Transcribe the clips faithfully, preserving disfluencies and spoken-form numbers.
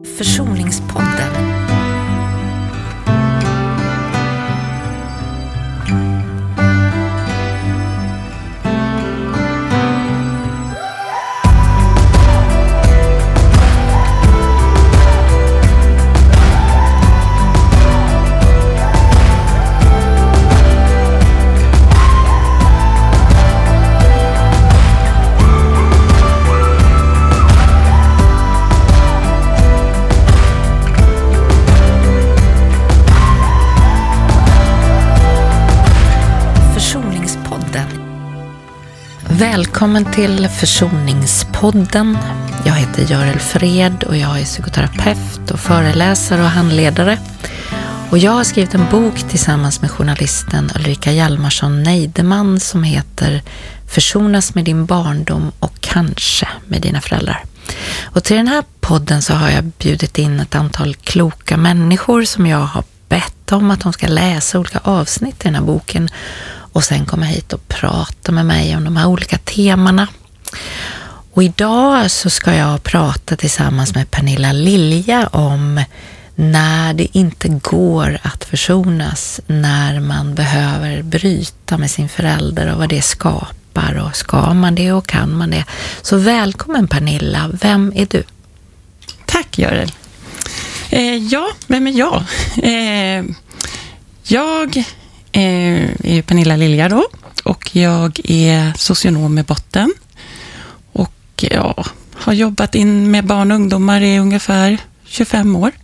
Försoningspodden. Välkommen till Försoningspodden. Jag heter Görel Fred och jag är psykoterapeut och föreläsare och handledare. Och jag har skrivit en bok tillsammans med journalisten Ulrika Hjalmarsson Neideman som heter Försonas med din barndom och kanske med dina föräldrar. Och till den här podden så har jag bjudit in ett antal kloka människor som jag har bett om att de ska läsa olika avsnitt i den här boken och sen komma hit och prata med mig om de här olika temana. Och idag så ska jag prata tillsammans med Pernilla Lilja om när det inte går att försonas, när man behöver bryta med sin förälder och vad det skapar, och ska man det och kan man det. Så välkommen Pernilla, vem är du? Tack Görel. Eh, ja, vem är jag? Eh, jag är Pernilla Lilja då, och jag är socionom med botten och ja, har jobbat in med barn och ungdomar i ungefär tjugofem år.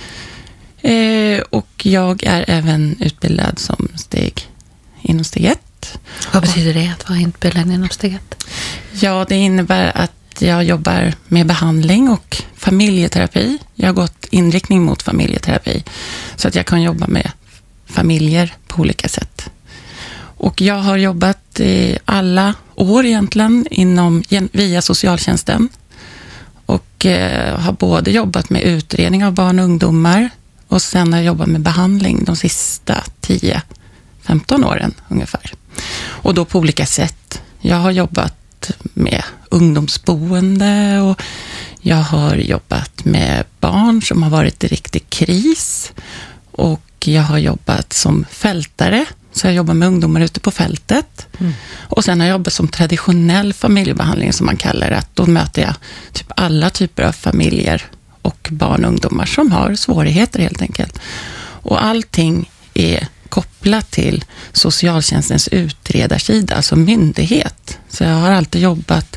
Eh, och jag är även utbildad som steg inom steg ett. Vad betyder det att vara utbildad inom steg ett? Ja, det innebär att jag jobbar med behandling och familjeterapi. Jag har gått inriktning mot familjeterapi så att jag kan jobba med familjer på olika sätt. Och jag har jobbat i alla år egentligen inom, via socialtjänsten och eh, har både jobbat med utredning av barn och ungdomar och sen har jag jobbat med behandling de sista tio femton åren ungefär. Och då på olika sätt. Jag har jobbat med ungdomsboende och jag har jobbat med barn som har varit i riktig kris, och jag har jobbat som fältare, så jag jobbar med ungdomar ute på fältet. Mm. Och sen har jag jobbat som traditionell familjebehandling som man kallar det. Då möter jag typ alla typer av familjer och barn och ungdomar som har svårigheter helt enkelt. Och allting är kopplat till socialtjänstens utredarsida, alltså myndighet. Så jag har alltid jobbat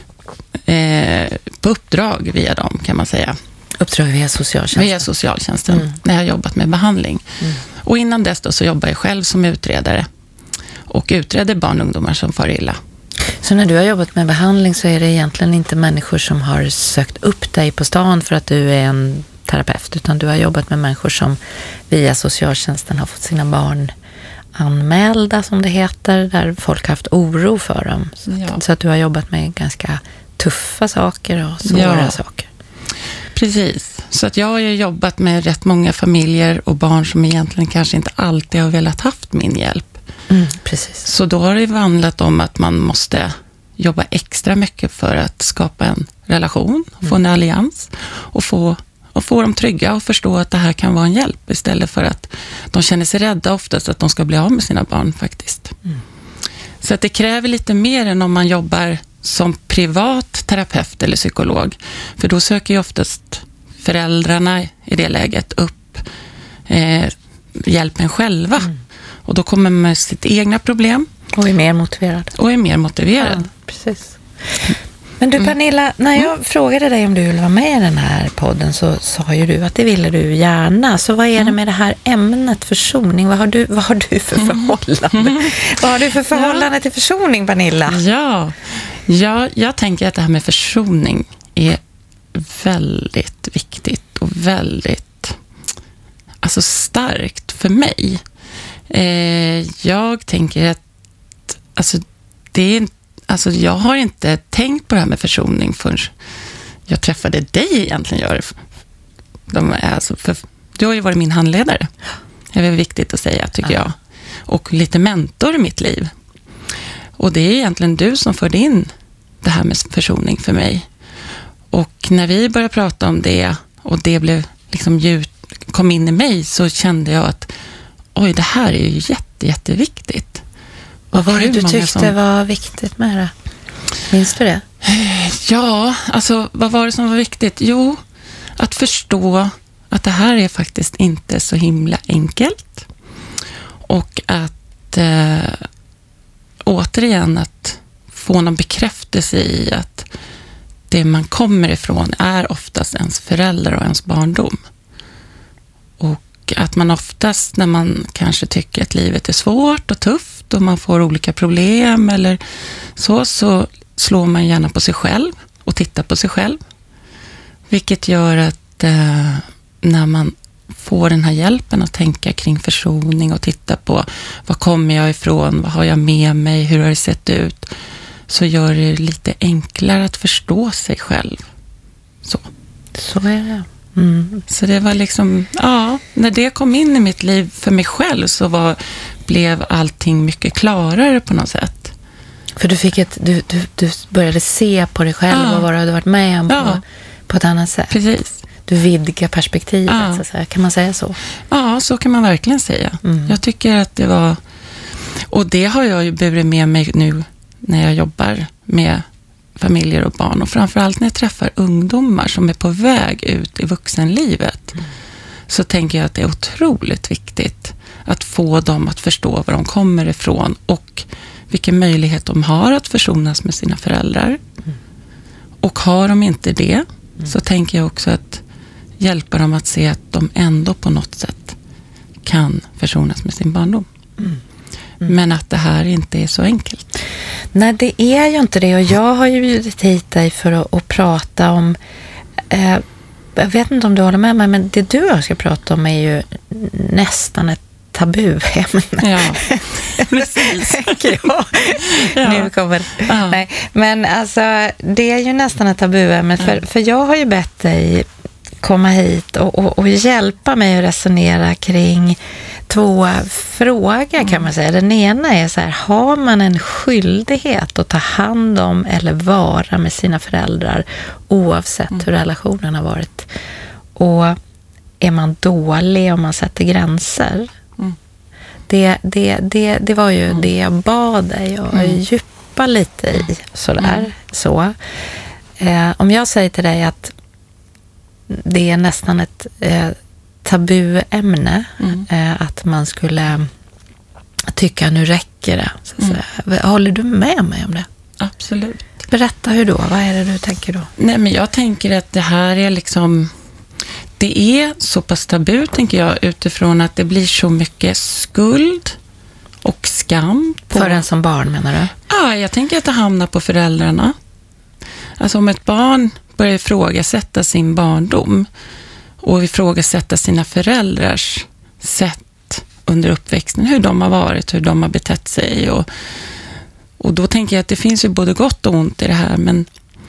eh, på uppdrag via dem, kan man säga. Uppdrag via socialtjänsten? Via socialtjänsten, mm. när jag har jobbat med behandling. Mm. Och innan dess då så jobbar jag själv som utredare och utreder barn och ungdomar som far illa. Så när du har jobbat med behandling så är det egentligen inte människor som har sökt upp dig på stan för att du är en terapeut, utan du har jobbat med människor som via socialtjänsten har fått sina barn anmälda, som det heter, där folk har haft oro för dem. Så, ja. att, så att du har jobbat med ganska tuffa saker och svåra ja. saker. Precis, så att jag har ju jobbat med rätt många familjer och barn som egentligen kanske inte alltid har velat haft min hjälp. Mm, precis. Så då har det vandlat om att man måste jobba extra mycket för att skapa en relation, få en allians och få, och få dem trygga och förstå att det här kan vara en hjälp, istället för att de känner sig rädda oftast att de ska bli av med sina barn faktiskt. Mm. Så att det kräver lite mer än om man jobbar som privat terapeut eller psykolog. För då söker ju oftast föräldrarna i det läget upp eh, hjälpen själva. Mm. Och då kommer man med sitt egna problem. Och är mer motiverad. Och är mer motiverad. Ja, precis. Men du Pernilla, när jag mm. frågade dig om du ville vara med i den här podden så sa ju du att det ville du gärna. Så vad är det mm. med det här ämnet försoning? Vad har du, vad har du för förhållande? Mm. Vad har du för förhållande ja. till försoning, Pernilla? Ja. ja, jag tänker att det här med försoning är väldigt viktigt och väldigt alltså starkt för mig. Eh, jag tänker att alltså, det är inte Alltså jag har inte tänkt på det här med försoning förrän jag träffade dig egentligen, gör de är alltså för, du har ju varit min handledare. Det är viktigt att säga, tycker ja. jag. Och lite mentor i mitt liv. Och det är egentligen du som förde in det här med försoning för mig. Och när vi började prata om det och det blev liksom ljud, kom in i mig, så kände jag att oj, det här är ju jätte, jätteviktigt. Vad var det du tyckte som... var viktigt med det? Minns du det? Ja, alltså vad var det som var viktigt? Jo, att förstå att det här är faktiskt inte så himla enkelt. Och att eh, återigen att få någon bekräftelse i att det man kommer ifrån är oftast ens föräldrar och ens barndom. Och att man oftast när man kanske tycker att livet är svårt och tufft och man får olika problem eller så, så slår man gärna på sig själv och tittar på sig själv. Vilket gör att eh, när man får den här hjälpen att tänka kring försoning och titta på var kommer jag ifrån, vad har jag med mig, hur har det sett ut, så gör det lite enklare att förstå sig själv. Så. Så är det. Mm. Så det var liksom, ja, när det kom in i mitt liv för mig själv så var, blev allting mycket klarare på något sätt. För du fick ett, du, du, du började se på dig själv ja. och vad du hade varit med om på, ja. på ett annat sätt. Precis. Du vidgar perspektivet, ja. så att säga. Kan man säga så? Ja, så kan man verkligen säga. Mm. Jag tycker att det var, och det har jag ju burit med mig nu när jag jobbar med familjer och barn, och framförallt när jag träffar ungdomar som är på väg ut i vuxenlivet, mm. så tänker jag att det är otroligt viktigt att få dem att förstå var de kommer ifrån och vilken möjlighet de har att försonas med sina föräldrar. Mm. Och har de inte det, mm. så tänker jag också att hjälpa dem att se att de ändå på något sätt kan försonas med sin barndom. Mm. Mm. Men att det här inte är så enkelt. Nej, det är ju inte det. Och jag har ju bjudit hit dig för att, att prata om, eh, jag vet inte om du håller med mig, men det du och jag ska prata om är ju nästan ett tabuämne. Ja, precis. ja. Ja. Nu kommer ja. Nej, men alltså det är ju nästan ett tabuämne, för, ja. för jag har ju bett dig komma hit och, och, och hjälpa mig att resonera kring två frågor, kan mm. man säga. Den ena är så här, har man en skyldighet att ta hand om eller vara med sina föräldrar oavsett mm. hur relationen har varit? Och är man dålig om man sätter gränser? Mm. Det, det, det, det var ju mm. det jag bad dig att mm. djupa lite i. Sådär. Mm. Så. Eh, om jag säger till dig att det är nästan ett eh, tabuämne, mm. eh, att man skulle tycka nu räcker det. Så att mm. säga. Håller du med mig om det? Absolut. Berätta hur då? Vad är det du tänker då? Nej, men jag tänker att det här är liksom, det är så pass tabu, tänker jag, utifrån att det blir så mycket skuld och skam. På... För en som barn, menar du? Ja, jag tänker att det hamnar på föräldrarna. Alltså om ett barn börjar ifrågasätta sin barndom och ifrågasätta sina föräldrars sätt under uppväxten, hur de har varit, hur de har betett sig, och, och då tänker jag att det finns ju både gott och ont i det här, men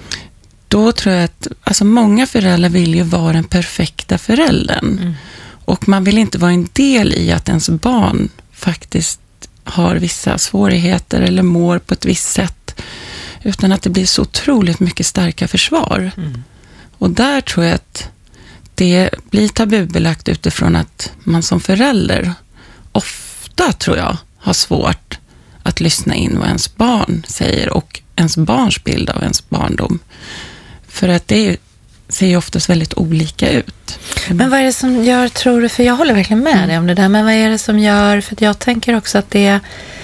då tror jag att alltså många föräldrar vill ju vara den perfekta föräldern, mm. och man vill inte vara en del i att ens barn faktiskt har vissa svårigheter eller mår på ett visst sätt, utan att det blir så otroligt mycket starka försvar. Mm. Och där tror jag att det blir tabubelagt utifrån att man som förälder ofta, tror jag, har svårt att lyssna in vad ens barn säger och ens barns bild av ens barndom. För att det ser ju oftast väldigt olika ut. Men vad är det som gör, tror du, för jag håller verkligen med mm. dig om det där, men vad är det som gör, för jag tänker också att det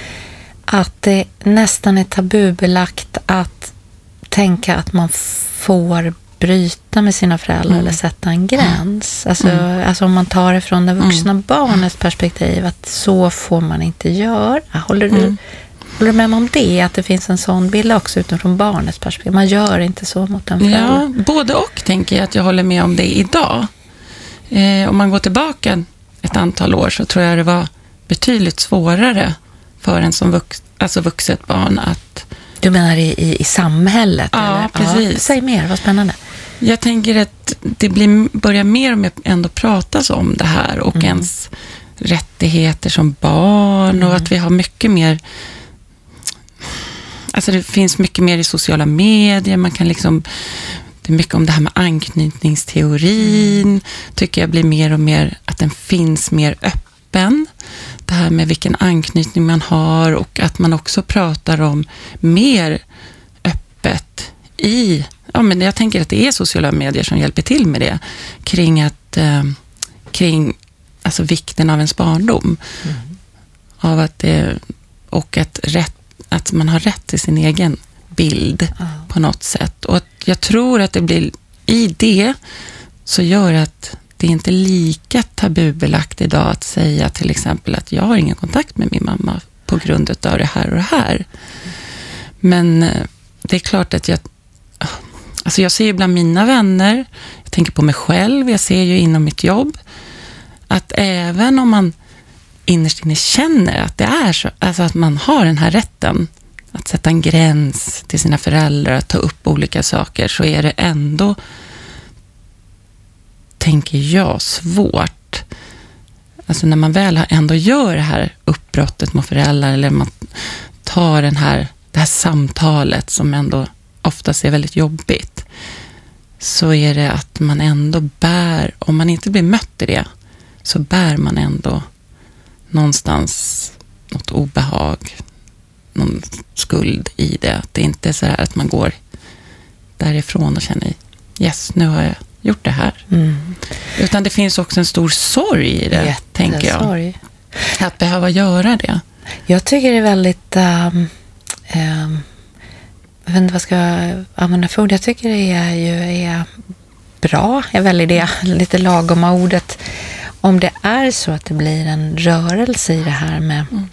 att det nästan är tabubelagt att tänka att man får bryta med sina föräldrar mm. eller sätta en gräns. Alltså, mm. alltså om man tar det från det vuxna mm. barnets perspektiv, att så får man inte göra. Håller du, mm. håller du med om det? Att det finns en sån bild också utifrån barnets perspektiv. Man gör inte så mot en förälder. Ja, både och tänker jag att jag håller med om det idag. Eh, om man går tillbaka ett antal år så tror jag det var betydligt svårare för en som vux, alltså vuxet barn att... Du menar i, i, i samhället? Ja, eller? precis. Ja, säg mer, vad spännande. Jag tänker att det blir, börjar mer och mer ändå pratas om det här och mm. ens rättigheter som barn, och mm. att vi har mycket mer... Alltså det finns mycket mer i sociala medier, man kan liksom... det är mycket om det här med anknytningsteorin. Mm. Tycker jag blir mer och mer, att den finns mer öppen. Det här med vilken anknytning man har, och att man också pratar om mer öppet i, ja men jag tänker att det är sociala medier som hjälper till med det, kring att eh, kring alltså vikten av ens barndom. Mm. Av att det, och att, rätt, att man har rätt till sin egen bild mm. på något sätt. Och att jag tror att det blir, i det så gör att det är inte lika tabubelagt idag att säga till exempel att jag har ingen kontakt med min mamma på grund av det här och det här. Men det är klart att jag, alltså jag ser ju bland mina vänner, jag tänker på mig själv, jag ser ju inom mitt jobb, att även om man innerst inne känner att det är så, alltså att man har den här rätten att sätta en gräns till sina föräldrar, att ta upp olika saker, så är det ändå, tänker jag, svårt. Alltså när man väl ändå gör det här uppbrottet med föräldrar, eller man tar den här, det här samtalet som ändå oftast är väldigt jobbigt, så är det att man ändå bär, om man inte blir mött i det, så bär man ändå någonstans något obehag, någon skuld i det. Det är inte så här att man går därifrån och känner, yes, nu har jag gjort det här. Mm. Utan det finns också en stor sorg i det, Jättesorg. tänker jag. Att behöva göra det. Jag tycker det är väldigt um, um, jag vet inte vad ska jag använda för ord. Jag tycker det är ju är bra. Jag väljer det lite lagom av ordet. Om det är så att det blir en rörelse i det här med mm.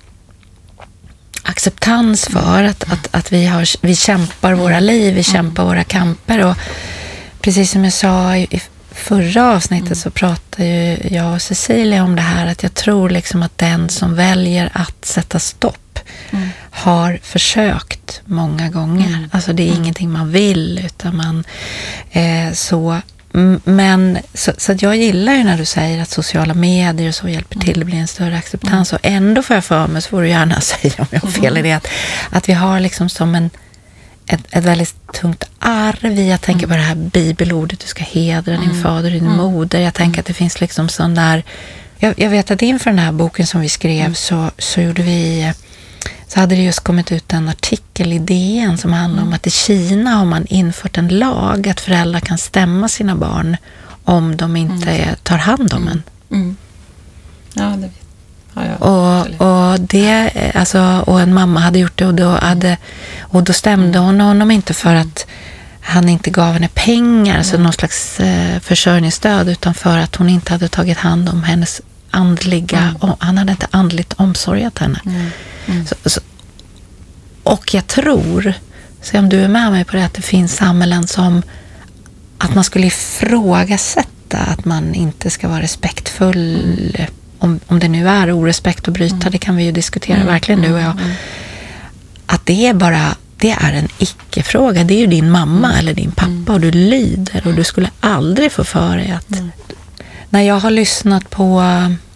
acceptans för att, att, att vi, har, vi kämpar våra liv, vi kämpar våra kamper, och precis som jag sa i förra avsnittet mm. så pratade ju jag och Cecilia om det här, att jag tror liksom att den som väljer att sätta stopp mm. har försökt många gånger. Mm. Alltså det är mm. ingenting man vill, utan man eh, så men så, så att jag gillar ju när du säger att sociala medier och så hjälper till att bli en större acceptans, mm. och ändå får jag för mig, så får du gärna säga om jag har fel i det, att, att vi har liksom som en ett, ett väldigt tungt arv. Jag tänker på det här bibelordet, du ska hedra din mm. fader och din mm. moder. Jag tänker att det finns liksom sån där, jag, jag vet att inför den här boken som vi skrev mm. så, så gjorde vi så hade det just kommit ut en artikel i D N som handlar mm. om att i Kina har man infört en lag att föräldrar kan stämma sina barn om de inte mm. tar hand om en. Mm. Ja, det vet ja, ja. Och, och det, alltså, och en mamma hade gjort det, och då, hade, och då stämde hon honom inte för att han inte gav henne pengar, alltså mm. någon slags eh, försörjningsstöd, utan för att hon inte hade tagit hand om hennes andliga, mm. och han hade inte andligt omsorgat henne. Mm. Mm. Så, så, och jag tror, se om du är med mig på det, att det finns samhällen som att man skulle ifrågasätta att man inte ska vara respektfull, mm. om, om det nu är orespekt att bryta, mm. det kan vi ju diskutera mm. verkligen du och jag, mm. att det är bara, det är en icke-fråga, det är ju din mamma mm. eller din pappa mm. och du lyder, och du skulle aldrig få för dig att mm. när jag har lyssnat på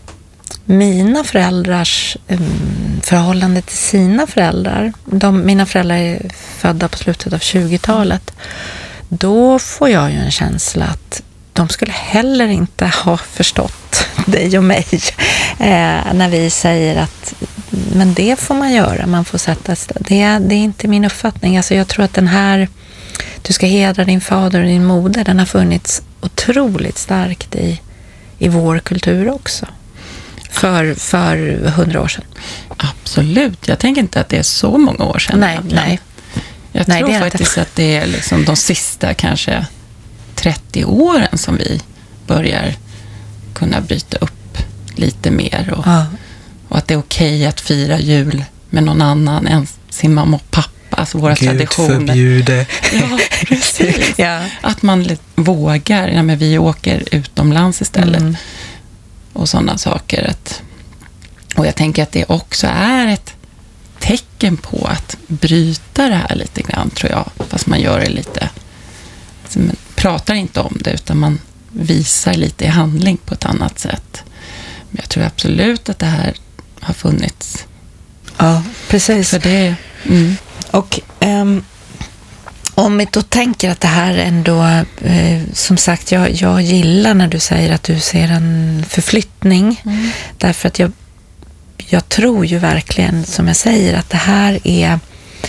mina föräldrars um, förhållande till sina föräldrar, de, mina föräldrar är födda på slutet av tjugotalet, då får jag ju en känsla att de skulle heller inte ha förstått dig och mig eh, när vi säger att men det får man göra, man får sätta det, det är inte min uppfattning. Alltså jag tror att den här, du ska hedra din fader och din moder, den har funnits otroligt starkt i, i vår kultur också. För, för hundra år sedan. Absolut. Jag tänker inte att det är så många år sedan. Nej, nej. Jag nej, tror det faktiskt att det är liksom de sista kanske trettio åren som vi börjar kunna bryta upp lite mer. Och, ja. och att det är okej att fira jul med någon annan än sin mamma och pappa. Alltså våra Gud traditioner. Förbjude. Ja, precis. ja. Att man vågar. Ja, men vi åker utomlands istället. Mm. Och sådana saker. Att, och jag tänker att det också är ett tecken på att bryta det här lite grann, tror jag. Fast man gör det lite, alltså man pratar inte om det, utan man visar lite i handling på ett annat sätt. Men jag tror absolut att det här har funnits. Ja, precis. För det, mm. Och um, Om vi då tänker att det här ändå, eh, som sagt, jag, jag gillar när du säger att du ser en förflyttning. Mm. Därför att jag, jag tror ju verkligen, som jag säger, att det här är...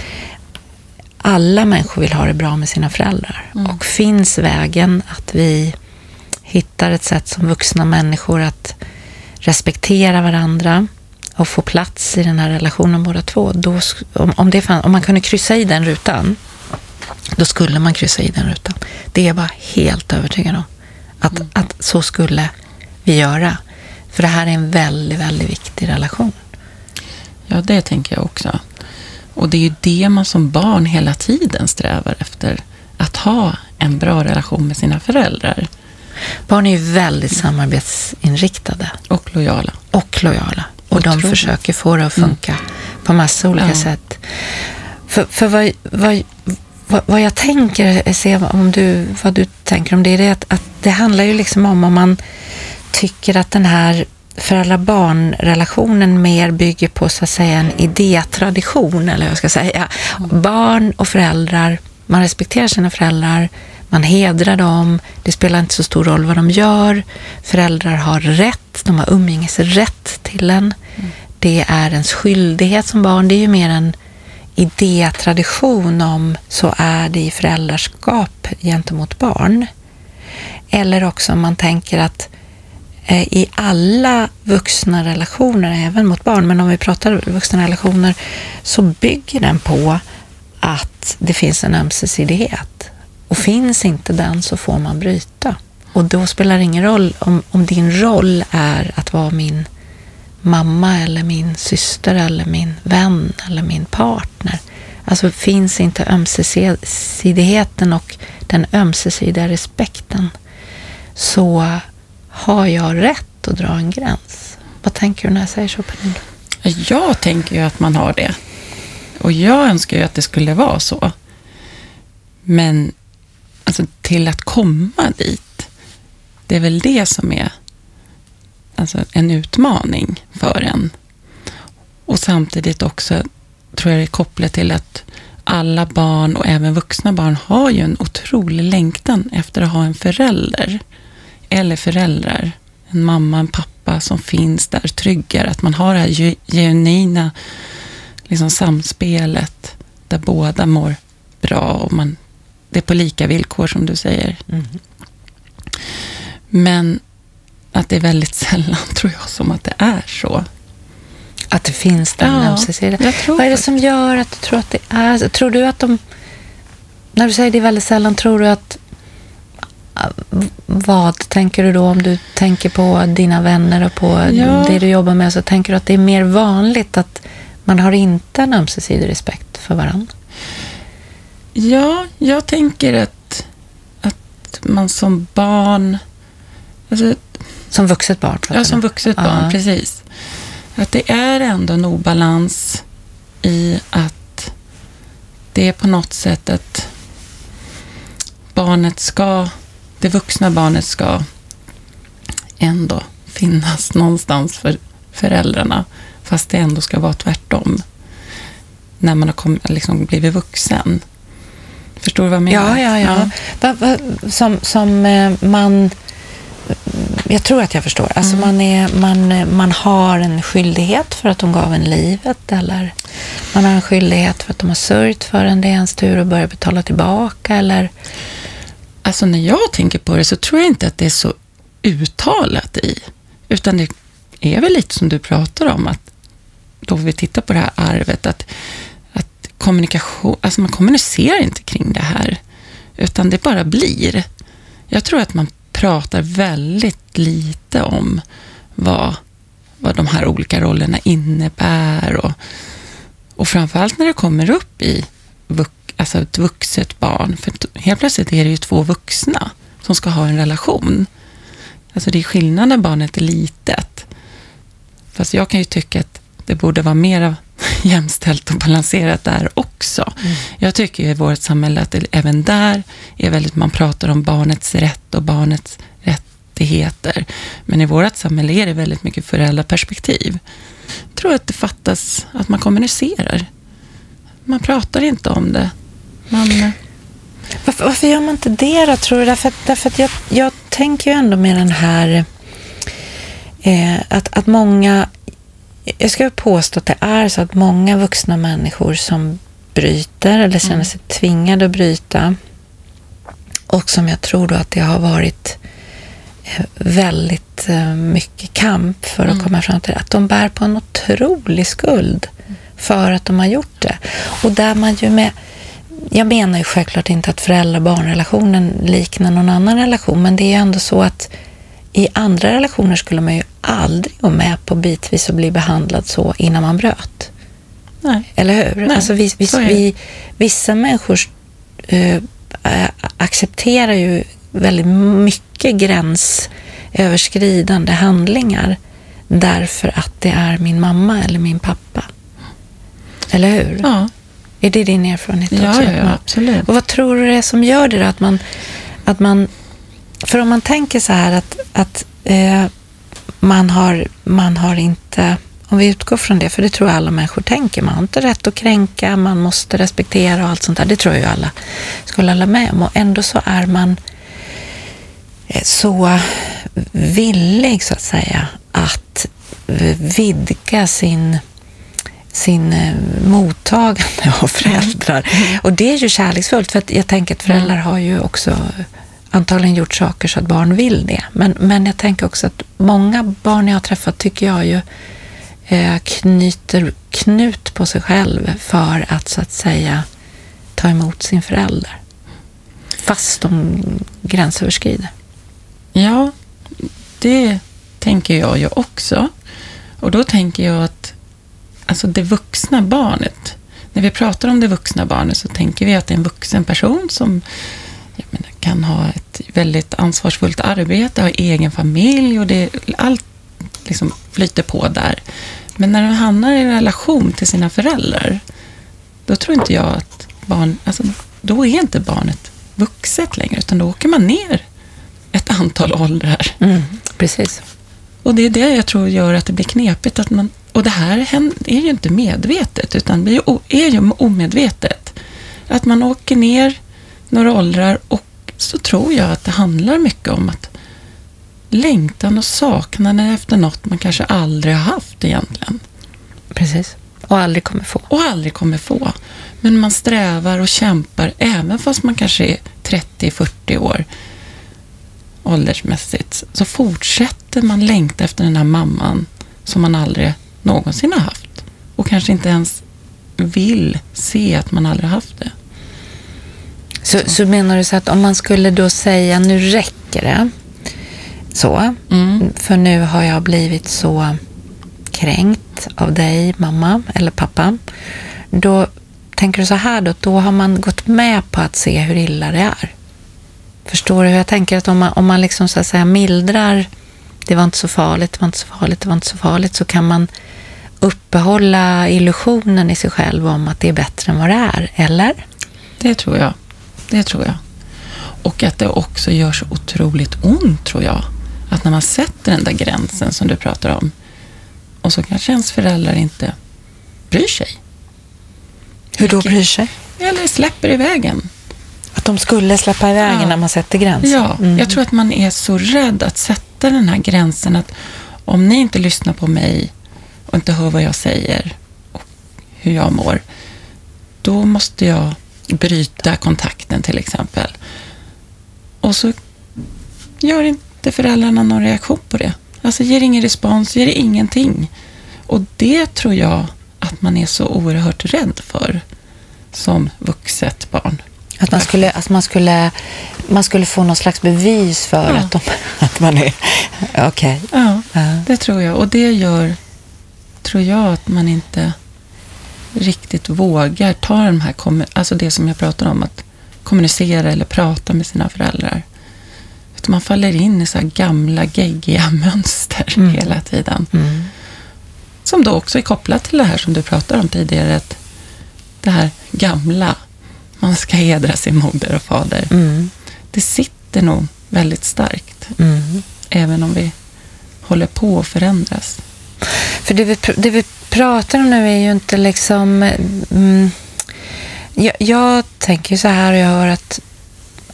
Alla människor vill ha det bra med sina föräldrar. Mm. Och finns vägen att vi hittar ett sätt som vuxna människor att respektera varandra och få plats i den här relationen båda två. Då, om, om, det fann, om man kunde kryssa i den rutan, då skulle man kryssa i den rutan. Det är jag bara helt övertygad om. Att, mm. att så skulle vi göra. För det här är en väldigt, väldigt viktig relation. Ja, det tänker jag också. Och det är ju det man som barn hela tiden strävar efter. Att ha en bra relation med sina föräldrar. Barn är ju väldigt samarbetsinriktade. Och lojala. Och lojala. Och Otroligt. De försöker få det att funka mm. på massa olika ja. sätt. För, för vad, vad, vad, vad jag tänker, se om du, vad du tänker om det, är det att, att det handlar ju liksom om om man tycker att den här föräldrar-barn-relationen mer bygger på så att säga en idétradition, eller vad jag ska säga. Mm. Barn och föräldrar, man respekterar sina föräldrar, man hedrar dem, det spelar inte så stor roll vad de gör. Föräldrar har rätt, de har umgängesrätt till en. Mm. Det är ens skyldighet som barn, det är ju mer en idétradition om så är det i föräldraskap gentemot barn. Eller också om man tänker att i alla vuxna relationer, även mot barn, men om vi pratar vuxna relationer, så bygger den på att det finns en ömsesidighet. Och finns inte den så får man bryta. Och då spelar det ingen roll om, om din roll är att vara min mamma eller min syster eller min vän eller min partner. Alltså finns inte ömsesidigheten och den ömsesidiga respekten, så har jag rätt att dra en gräns. Vad tänker du när jag säger så, Pernilla? Jag tänker ju att man har det. Och jag önskar ju att det skulle vara så. Men alltså, till att komma dit, det är väl det som är alltså, en utmaning för en. Och samtidigt också tror jag det är kopplat till att alla barn och även vuxna barn har ju en otrolig längtan efter att ha en förälder. Eller föräldrar. En mamma, en pappa som finns där, tryggar. Att man har det här genuina liksom, samspelet där båda mår bra och man, det är på lika villkor som du säger. Mm. Men att det är väldigt sällan, tror jag, som att det är så. Att det finns den ja, ömsesidiga. Vad är det som gör att du tror att det är så? Tror du att de, när du säger det är väldigt sällan, tror du att vad tänker du då om du tänker på dina vänner och på ja. det du jobbar med, så tänker du att det är mer vanligt att man har inte en ömsesidig respekt för varandra? Ja, jag tänker att, att man som barn alltså, som vuxet barn? Ja, som vuxet barn, uh-huh. precis. Att det är ändå en obalans i att det är på något sätt att barnet ska det vuxna barnet ska ändå finnas någonstans för föräldrarna, fast det ändå ska vara tvärtom när man har kom, liksom blivit vuxen. Förstår du vad jag menar? Ja, ja, ja. ja. Va, va, som, som man jag tror att jag förstår. Alltså mm. man, är, man, man har en skyldighet för att de gav en livet, eller man har en skyldighet för att de har sörjt för en, det är ens tur att börja betala tillbaka, eller... Alltså när jag tänker på det så tror jag inte att det är så uttalat i. Utan det är väl lite som du pratar om, att då vi tittar på det här arvet, att, att kommunikation, alltså man kommunicerar inte kring det här. Utan det bara blir. Jag tror att man pratar väldigt lite om vad, vad de här olika rollerna innebär. Och, och framförallt när det kommer upp i vux, alltså ett vuxet barn. För helt plötsligt är det ju två vuxna som ska ha en relation. Alltså det är skillnad när barnet är litet. Fast jag kan ju tycka att det borde vara mer jämställt och balanserat där också. Mm. Jag tycker i vårt samhälle att det, även där är väldigt, man pratar om barnets rätt och barnets rättigheter. Men i vårt samhälle är det väldigt mycket föräldraperspektiv. Jag tror att det fattas att man kommunicerar. Man pratar inte om det. Man... Varför, varför gör man inte det då, tror du? Därför, därför att jag, jag tänker ju ändå med den här eh, att, att många, jag ska påstå att det är så att många vuxna människor som bryter eller känner sig mm. tvingade att bryta, och som jag tror då att det har varit väldigt mycket kamp för att mm. komma fram till det, att de bär på en otrolig skuld för att de har gjort det. Och där man ju med, jag menar ju självklart inte att föräldrar-barnrelationen liknar någon annan relation, men det är ju ändå så att i andra relationer skulle man ju aldrig gå med på bitvis och bli behandlad så innan man bröt. Nej. Eller hur? Nej, alltså vi, vi, vi, vissa människor äh, accepterar ju väldigt mycket gränsöverskridande handlingar därför att det är min mamma eller min pappa. Eller hur? Ja. Är det din erfarenhet också? Ja, ja, ja, absolut. Och vad tror du det är som gör det då? Att man, att man, för om man tänker så här att, att eh, man, har, man har inte, om vi utgår från det, för det tror jag alla människor tänker, man har inte rätt att kränka, man måste respektera och allt sånt där, det tror jag ju alla skulle hålla med om, och ändå så är man så villig så att säga att vidga sin sin mottagande av föräldrar. Mm. Och det är ju kärleksfullt, för att jag tänker att föräldrar har ju också antagligen gjort saker så att barn vill det. Men, men jag tänker också att många barn jag har träffat tycker jag ju eh, knyter knut på sig själv för att så att säga ta emot sin förälder. Fast de gränsöverskrider. Ja, det tänker jag ju också. Och då tänker jag att alltså det vuxna barnet, när vi pratar om det vuxna barnet så tänker vi att det är en vuxen person som jag menar, kan ha ett väldigt ansvarsfullt arbete, ha egen familj och det, allt liksom flyter på där. Men när de hamnar i relation till sina föräldrar, då tror inte jag att barn, alltså då är inte barnet vuxet längre, utan då åker man ner ett antal åldrar. Mm, precis. Och det är det jag tror gör att det blir knepigt. Att man, och det här är ju inte medvetet, utan det är ju omedvetet. Att man åker ner några åldrar, och så tror jag att det handlar mycket om att längtan och saknaden efter något man kanske aldrig har haft egentligen. Precis. Och aldrig kommer få. Och aldrig kommer få. Men man strävar och kämpar även fast man kanske är trettio till fyrtio år åldersmässigt, så fortsätter man längta efter den här mamman som man aldrig någonsin har haft. Och kanske inte ens vill se att man aldrig har haft det. Så, så. så menar du så att om man skulle då säga nu räcker det så, mm. för nu har jag blivit så kränkt av dig, mamma eller pappa, då tänker du så här då, då har man gått med på att se hur illa det är. Förstår du hur jag tänker? Att om man, om man liksom så att säga mildrar, det var inte så farligt, det var inte så farligt, det var inte så farligt, så kan man uppehålla illusionen i sig själv om att det är bättre än vad det är, eller? Det tror jag. Det tror jag. Och att det också gör så otroligt ont, tror jag. Att när man sätter den där gränsen som du pratar om, och så kanske ens föräldrar inte bryr sig. Hur då bryr sig? Eller släpper i vägen. Att de skulle släppa i vägen, ja, när man sätter gränsen. Ja, mm. jag tror att man är så rädd att sätta den här gränsen att om ni inte lyssnar på mig och inte hör vad jag säger och hur jag mår, då måste jag bryta kontakten till exempel. Och så gör inte föräldrarna någon reaktion på det. Alltså ger ingen respons, ger ingenting. Och det tror jag att man är så oerhört rädd för som vuxet barn. Att man skulle, att man skulle, man skulle få någon slags bevis för, ja, att, de, att man är okej. Okay. Ja, ja, det tror jag. Och det gör, tror jag, att man inte riktigt vågar ta de här, alltså det som jag pratar om, att kommunicera eller prata med sina föräldrar. Att man faller in i så här gamla, geggiga mönster mm. hela tiden. Mm. Som då också är kopplat till det här som du pratade om tidigare, att det här gamla, man ska hedra sin moder och fader. Mm. Det sitter nog väldigt starkt. Mm. Även om vi håller på att förändras. För det vi, det vi pratar om nu är ju inte liksom... Mm, jag, jag tänker så här, och jag hör att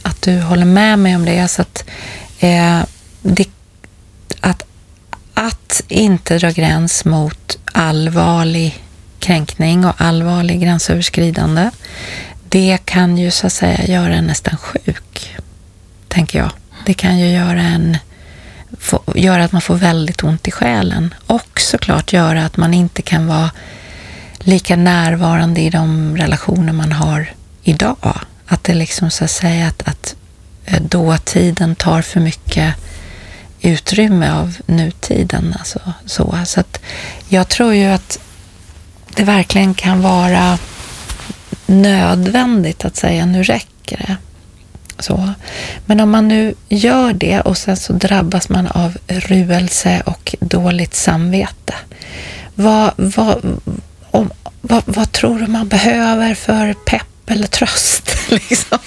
att du håller med mig om det. Så att, eh, det, att, att inte dra gräns mot allvarlig kränkning och allvarlig gränsöverskridande, det kan ju så att säga göra en nästan sjuk, tänker jag. Det kan ju göra, en, få, göra att man får väldigt ont i själen. Och såklart göra att man inte kan vara lika närvarande i de relationer man har idag. Att det liksom så att säga att, att dåtiden tar för mycket utrymme av nutiden. Alltså, så. Så att jag tror ju att det verkligen kan vara nödvändigt att säga nu räcker det. Så. Men om man nu gör det och sen så drabbas man av ruelse och dåligt samvete. Vad, vad, om, vad, vad tror du man behöver för pepp eller tröst? Liksom?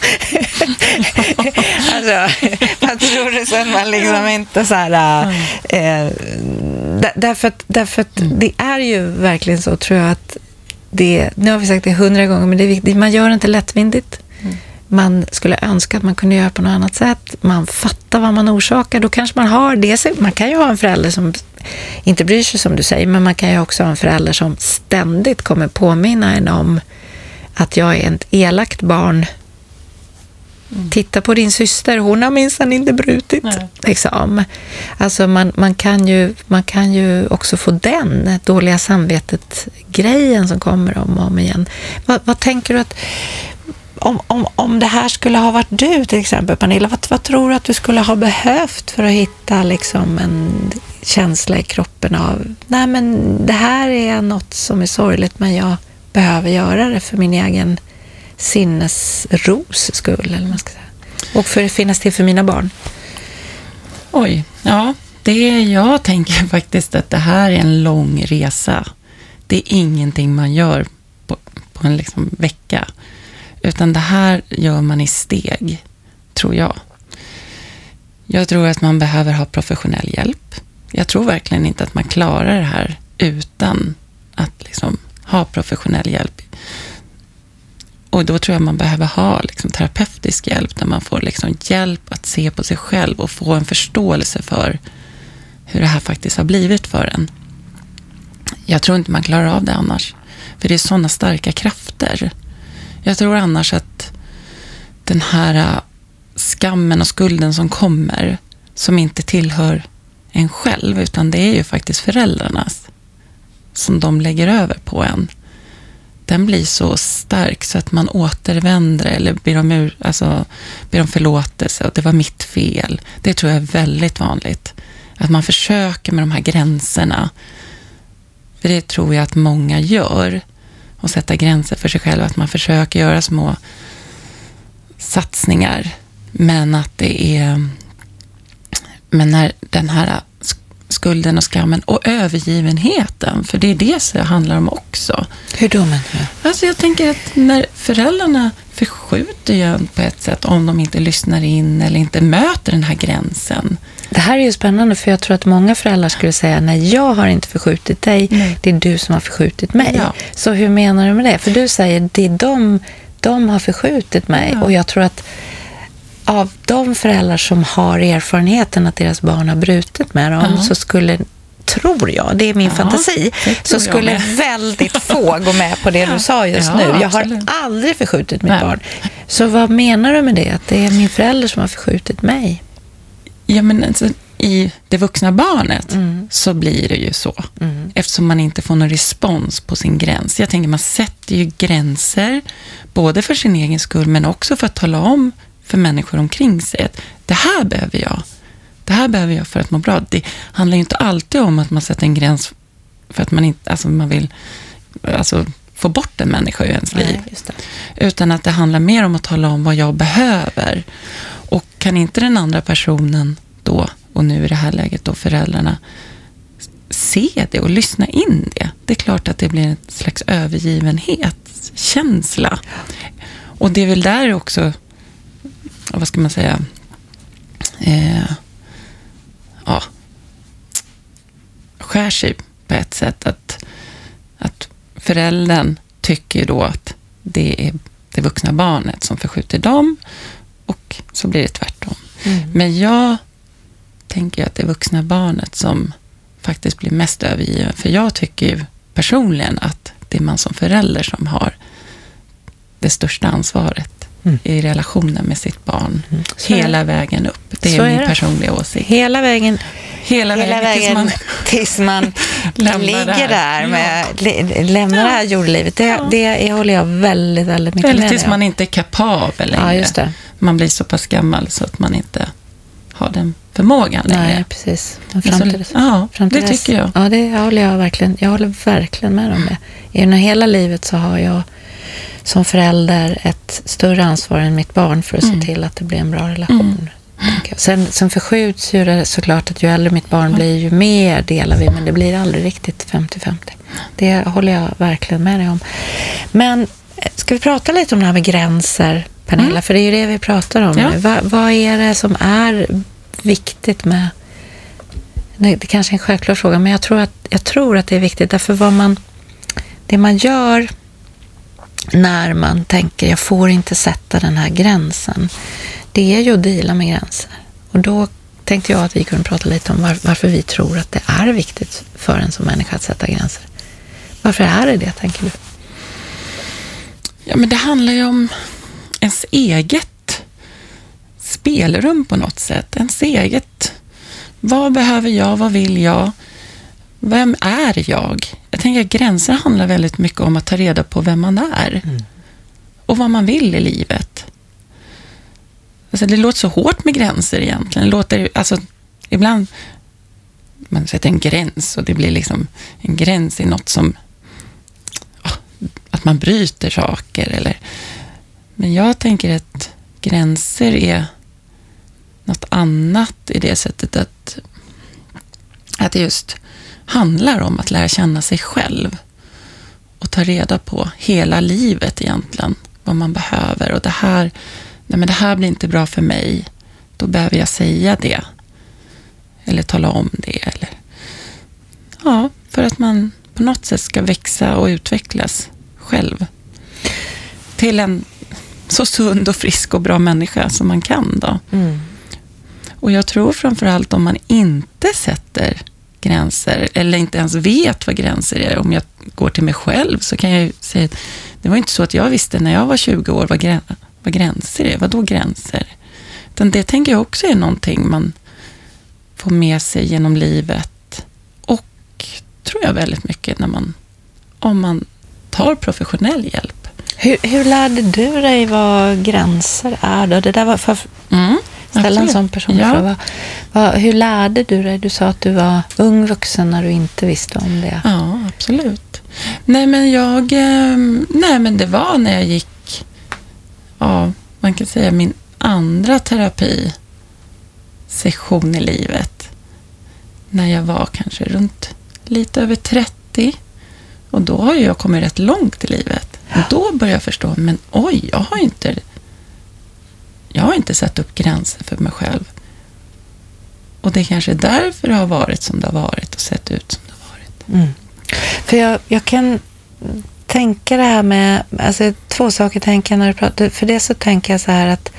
Alltså, vad tror du så att man liksom inte så här... Eh, där, därför att, därför att det är ju verkligen så, tror jag, att det, nu har vi sagt det hundra gånger, men det är viktigt, man gör det inte lättvindigt. Mm. Man skulle önska att man kunde göra på något annat sätt. Man fattar vad man orsakar. Då kanske man har det. Man kan ju ha en förälder som inte bryr sig, som du säger, men man kan ju också ha en förälder som ständigt kommer påminna en om att jag är ett elakt barn. Mm. Titta på din syster, hon har minsann inte brutit. Liksom. Alltså man, man, kan ju, man kan ju också få den dåliga samvetet-grejen som kommer om och om igen. Vad, vad tänker du att om, om, om det här skulle ha varit du till exempel, Pernilla, vad, vad tror du att du skulle ha behövt för att hitta liksom en känsla i kroppen av, nej men det här är något som är sorgligt, men jag behöver göra det för min egen sinnesros skull, eller man ska säga. Och för att finnas till för mina barn. Oj, ja. Det jag tänker faktiskt att det här är en lång resa. Det är ingenting man gör på, på en liksom vecka. Utan det här gör man i steg, tror jag. Jag tror att man behöver ha professionell hjälp. Jag tror verkligen inte att man klarar det här utan att liksom ha professionell hjälp. Och då tror jag man behöver ha liksom terapeutisk hjälp, där man får liksom hjälp att se på sig själv och få en förståelse för hur det här faktiskt har blivit för en. Jag tror inte man klarar av det annars. För det är sådana starka krafter. Jag tror annars att den här skammen och skulden som kommer, som inte tillhör en själv, utan det är ju faktiskt föräldrarnas, som de lägger över på en. Den blir så stark så att man återvänder eller ber om, ur, alltså, ber om förlåtelse, och det var mitt fel. Det tror jag är väldigt vanligt. Att man försöker med de här gränserna. För det tror jag att många gör. Och sätta gränser för sig själva. Att man försöker göra små satsningar. Men att det är... Men när den här skulden och skammen och övergivenheten, för det är det som det handlar om också. Hur då, men? Alltså jag tänker att när föräldrarna förskjuter ju på ett sätt, om de inte lyssnar in eller inte möter den här gränsen. Det här är ju spännande, för jag tror att många föräldrar skulle säga, nej, jag har inte förskjutit dig, nej, det är du som har förskjutit mig. Ja. Så hur menar du med det? För du säger, det är de, de har förskjutit mig, ja. Och jag tror att av de föräldrar som har erfarenheten att deras barn har brutit med dem, uh-huh. så skulle, tror jag, det är min uh-huh. fantasi, så skulle väldigt få gå med på det ja. Du sa just ja, nu. Jag har absolut. aldrig förskjutit mitt Nej. barn. Så vad menar du med det? Att det är min förälder som har förskjutit mig? Ja, men alltså, i det vuxna barnet mm. så blir det ju så. Mm. Eftersom man inte får någon respons på sin gräns. Jag tänker, man sätter ju gränser både för sin egen skull, men också för att tala om för människor omkring sig att det här behöver jag. Det här behöver jag för att må bra. Det handlar ju inte alltid om att man sätter en gräns för att man inte, alltså man vill alltså få bort en människa i ens liv. Nej, just det. Utan att det handlar mer om att tala om vad jag behöver. Och kan inte den andra personen då, och nu i det här läget då föräldrarna, se det och lyssna in det. Det är klart att det blir en slags övergivenhet, känsla. Och det är väl där också, vad ska man säga, eh, ja, skär sig på ett sätt att, att föräldern tycker då att det är det vuxna barnet som förskjuter dem, och så blir det tvärtom. Mm. Men jag tänker att det är vuxna barnet som faktiskt blir mest övergiven. För jag tycker ju personligen att det är man som förälder som har det största ansvaret mm. i relationen med sitt barn. Mm. Hela vägen upp. Det är så min är det. personliga åsikt. Hela vägen, hela vägen, hela vägen tills man, tills man ligger där med, ja. lämnar ja. det här jordlivet. Det, ja. det håller jag väldigt, väldigt mycket Eller med tills man inte är kapabel längre. Ja, just det. Man blir så pass gammal så att man inte har den förmågan längre. Nej, precis. Men fram till det, ja, fram till det dess, tycker jag. Ja, det håller jag verkligen, jag håller verkligen med om det. Genom hela livet så har jag som förälder ett större ansvar än mitt barn för att mm. se till att det blir en bra relation. Mm. Sen, sen förskjuts ju det såklart att ju äldre mitt barn blir, ju mer delar vi, men det blir aldrig riktigt femtio femtio. Det håller jag verkligen med dig om. Men ska vi prata lite om det här med gränser, Pernilla? Mm. För det är ju det vi pratar om ja. nu. Va, vad är det som är viktigt med... Nej, det kanske är en självklar fråga, men jag tror att, jag tror att det är viktigt. Därför vad man, det man gör när man tänker jag får inte sätta den här gränsen, det är ju att dela med gränser. Och då tänkte jag att vi kunde prata lite om var, varför vi tror att det är viktigt för en som människa att sätta gränser. Varför är det det, tänker du? Ja, men det handlar ju om ens eget spelrum på något sätt. Ens eget. Vad behöver jag? Vad vill jag? Vem är jag? Jag tänker att gränser handlar väldigt mycket om att ta reda på vem man är. Mm. Och vad man vill i livet. Alltså det låter så hårt med gränser egentligen. Det låter, alltså, ibland man sätter en gräns och det blir liksom en gräns i något som oh, att man bryter saker. Eller, men jag tänker att gränser är något annat i det sättet att, att det just handlar om att lära känna sig själv och ta reda på hela livet egentligen, vad man behöver. Och det här, nej men det här blir inte bra för mig, då behöver jag säga det eller tala om det. Eller, ja, för att man på något sätt ska växa och utvecklas själv till en så sund och frisk och bra människa som man kan då. Mm. Och jag tror framförallt om man inte sätter gränser eller inte ens vet vad gränser är. Om jag går till mig själv så kan jag ju säga att det var inte så att jag visste när jag var tjugo år vad, grän, vad gränser är. Vad då gränser? Utan det tänker jag också är någonting man får med sig genom livet. Och tror jag väldigt mycket när man, om man tar professionell hjälp. Hur, hur lärde du dig vad gränser är då? Det där var för... Mm. Ställa en sån person ja. fråga. Vad, hur lärde du dig? Du sa att du var ung vuxen när du inte visste om det. Ja, absolut. Nej, men jag... Nej, men det var när jag gick... Ja, man kan säga min andra terapisession i livet. När jag var kanske runt lite över trettio. Och då har jag kommit rätt långt i livet. Och då började jag förstå, men oj, jag har inte... Jag har inte satt upp gränser för mig själv. Och det är kanske därför det har varit som det har varit och sett ut som det har varit. Mm. För jag, jag kan tänka det här med, alltså två saker tänker jag när du pratar. För det så tänker jag så här att,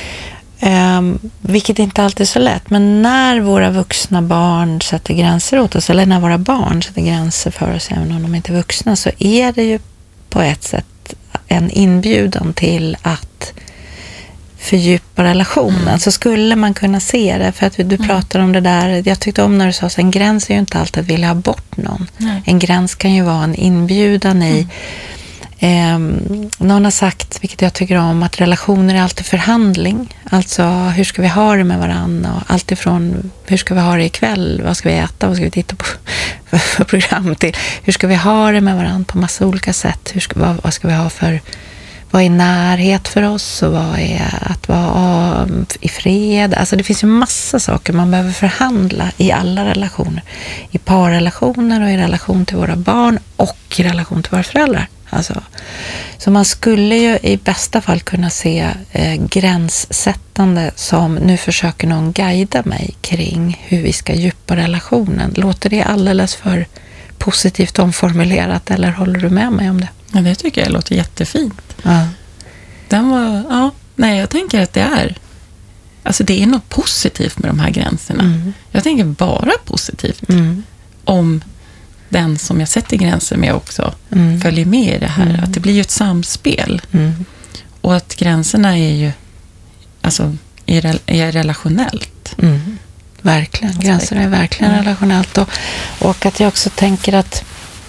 um, vilket inte alltid är så lätt, men när våra vuxna barn sätter gränser åt oss, eller när våra barn sätter gränser för oss, även om de inte är vuxna, så är det ju på ett sätt en inbjudan till att fördjupa relationen. Mm. Så skulle man kunna se det, för att du mm. pratar om det där, jag tyckte om när du sa att en gräns är ju inte alltid att vilja ha bort någon. Nej. En gräns kan ju vara en inbjudan i mm. eh, någon har sagt, vilket jag tycker om, att relationer är alltid förhandling. Alltså hur ska vi ha det med varandra, och allt ifrån hur ska vi ha det ikväll, vad ska vi äta, vad ska vi titta på för, för program, till hur ska vi ha det med varandra på massa olika sätt, hur ska, vad, vad ska vi ha för, vad är närhet för oss och vad är att vara i fred. Alltså det finns ju massa saker man behöver förhandla i alla relationer. I parrelationer och i relation till våra barn och i relation till våra föräldrar. Alltså, så man skulle ju i bästa fall kunna se eh, gränssättande som nu försöker någon guida mig kring hur vi ska djupa relationen. Låter det alldeles för positivt omformulerat, eller håller du med mig om det? Ja, det tycker jag låter jättefint. Ja. Den var, ja, nej, jag tänker att det är alltså det är något positivt med de här gränserna. Mm. Jag tänker bara positivt. Mm. Om den som jag sätter gränser med också mm. följer med i det här. Mm. Att det blir ju ett samspel. Mm. Och att gränserna är ju alltså är, är relationellt. Mm. Verkligen. Gränser är verkligen mm. relationellt. Och, och att jag också tänker att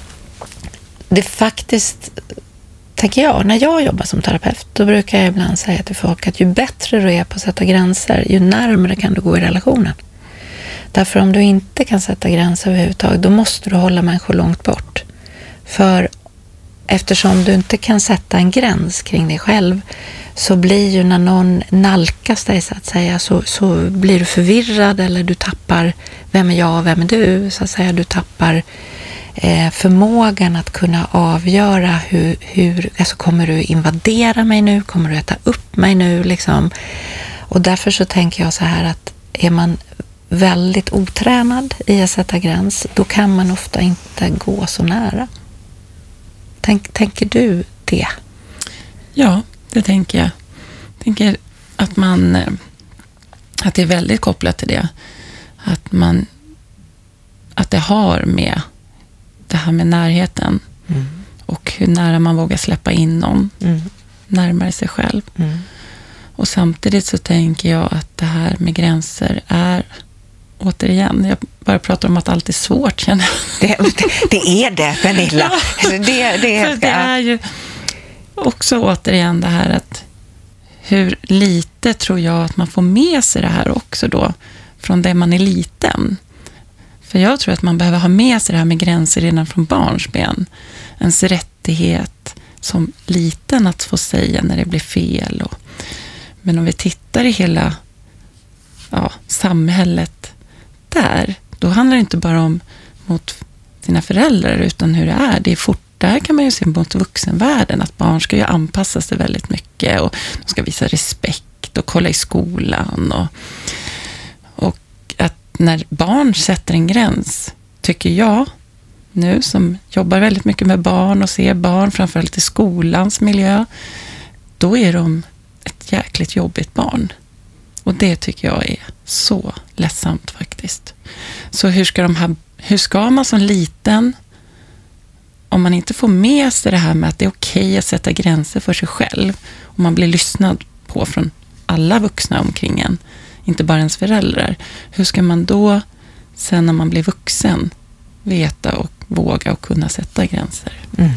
det faktiskt, tänker jag, när jag jobbar som terapeut, då brukar jag ibland säga till folk att ju bättre du är på att sätta gränser, ju närmare kan du gå i relationen. Därför om du inte kan sätta gränser överhuvudtaget, då måste du hålla människor långt bort. För eftersom du inte kan sätta en gräns kring dig själv, så blir ju när någon nalkas dig så att säga, så, så blir du förvirrad, eller du tappar vem är jag och vem är du, så att säga. Du tappar eh, förmågan att kunna avgöra hur, hur alltså kommer du invadera mig nu, kommer du äta upp mig nu liksom. Och därför så tänker jag så här att är man väldigt otränad i att sätta gräns, då kan man ofta inte gå så nära. Tänk, tänker du det? Ja, det tänker jag. Jag tänker att man att det är väldigt kopplat till det. Att man att det har med det här med närheten mm. och hur nära man vågar släppa in någon mm. närmare sig själv. Mm. Och samtidigt så tänker jag att det här med gränser är, återigen, jag bara pratar om att allt är svårt, känner jag. Det, det, det är det, Pernilla. Det, det, det, det är ju också återigen det här att hur lite tror jag att man får med sig det här också då från det man är liten. För jag tror att man behöver ha med sig det här med gränser redan från barnsben. Ens rättighet som liten att få säga när det blir fel. Och, men om vi tittar i hela ja, samhället där, då handlar det inte bara om mot sina föräldrar utan hur det är. Det är fort, där kan man ju se mot vuxenvärlden att barn ska ju anpassa sig väldigt mycket och de ska visa respekt och kolla i skolan och, och att när barn sätter en gräns, tycker jag nu som jobbar väldigt mycket med barn och ser barn framförallt i skolans miljö, då är de ett jäkligt jobbigt barn. Och det tycker jag är så ledsamt faktiskt. Så hur ska de här, hur ska man som liten, om man inte får med sig det här med att det är okej att sätta gränser för sig själv, och man blir lyssnad på från alla vuxna omkring en, inte bara ens föräldrar, hur ska man då sen när man blir vuxen veta och våga och kunna sätta gränser? Mm.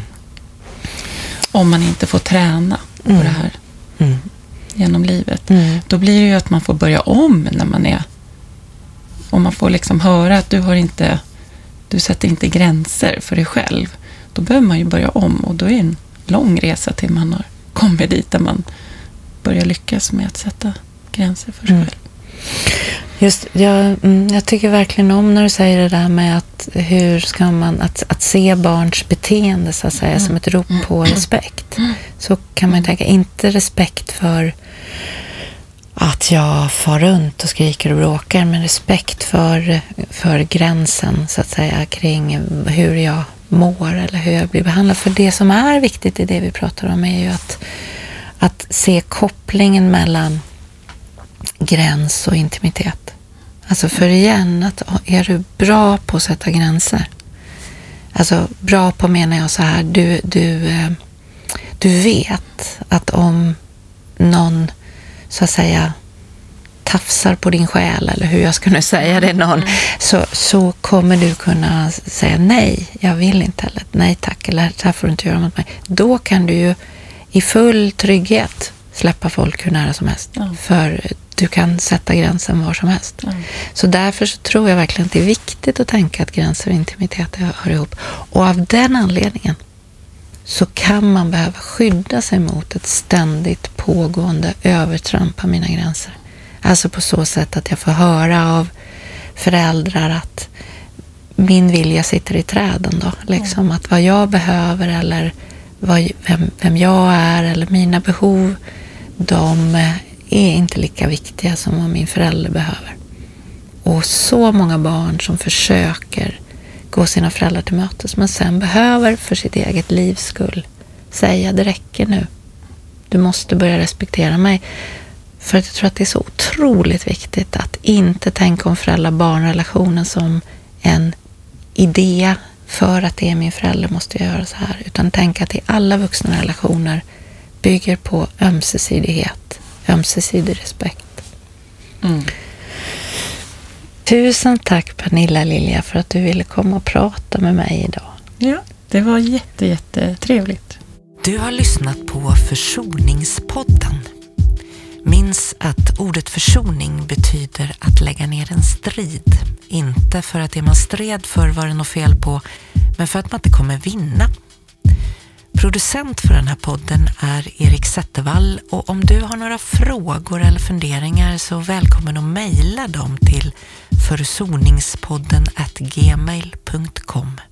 Om man inte får träna på mm. det här. Mm. genom livet. Mm. Då blir det ju att man får börja om när man är, om man får liksom höra att du har inte, du sätter inte gränser för dig själv, då behöver man ju börja om, och då är det en lång resa till man har kommit dit där man börjar lyckas med att sätta gränser för sig mm. själv. Just, jag, jag tycker verkligen om när du säger det där med att hur ska man, att, att se barns beteende så att säga mm. som ett rop på respekt. Mm. Så kan man tänka, inte respekt för att jag far runt och skriker och bråkar, men respekt för, för gränsen så att säga kring hur jag mår eller hur jag blir behandlad. För det som är viktigt i det vi pratar om är ju att, att se kopplingen mellan gräns och intimitet. Alltså för igen, att är du bra på att sätta gränser? Alltså bra på menar jag så här, du, du, du vet att om någon så att säga tafsar på din själ, eller hur jag ska nu säga det, någon, mm. så, så kommer du kunna säga nej, jag vill inte, eller nej tack, eller det här får du inte göra mot mig. Då kan du ju i full trygghet släppa folk hur nära som helst. Mm. För du kan sätta gränsen var som helst. Mm. Så därför så tror jag verkligen att det är viktigt att tänka att gränser och intimitet hör ihop. Och av den anledningen så kan man behöva skydda sig mot ett ständigt pågående övertramp av mina gränser. Alltså på så sätt att jag får höra av föräldrar att min vilja sitter i träden då. Liksom mm. att vad jag behöver eller vad, vem, vem jag är eller mina behov, de är inte lika viktiga som vad min förälder behöver. Och så många barn som försöker gå sina föräldrar till mötes, men sen behöver för sitt eget livs skull säga det räcker nu. Du måste börja respektera mig. För att jag tror att det är så otroligt viktigt att inte tänka om föräldrar-barnrelationen som en idé för att det är min förälder måste jag göra så här. Utan tänka att i alla vuxna relationer bygger på ömsesidighet, ömsesidig respekt. Mm. Tusen tack Pernilla Lilja för att du ville komma och prata med mig idag. Ja, det var jätte, jätte trevligt. Du har lyssnat på Försoningspodden. Minns att ordet försoning betyder att lägga ner en strid. Inte för att det man stred för var det något fel på, men för att man inte kommer vinna. Producent för den här podden är Erik Zettervall, och om du har några frågor eller funderingar så välkommen att mejla dem till försoningspodden at gmail punkt com.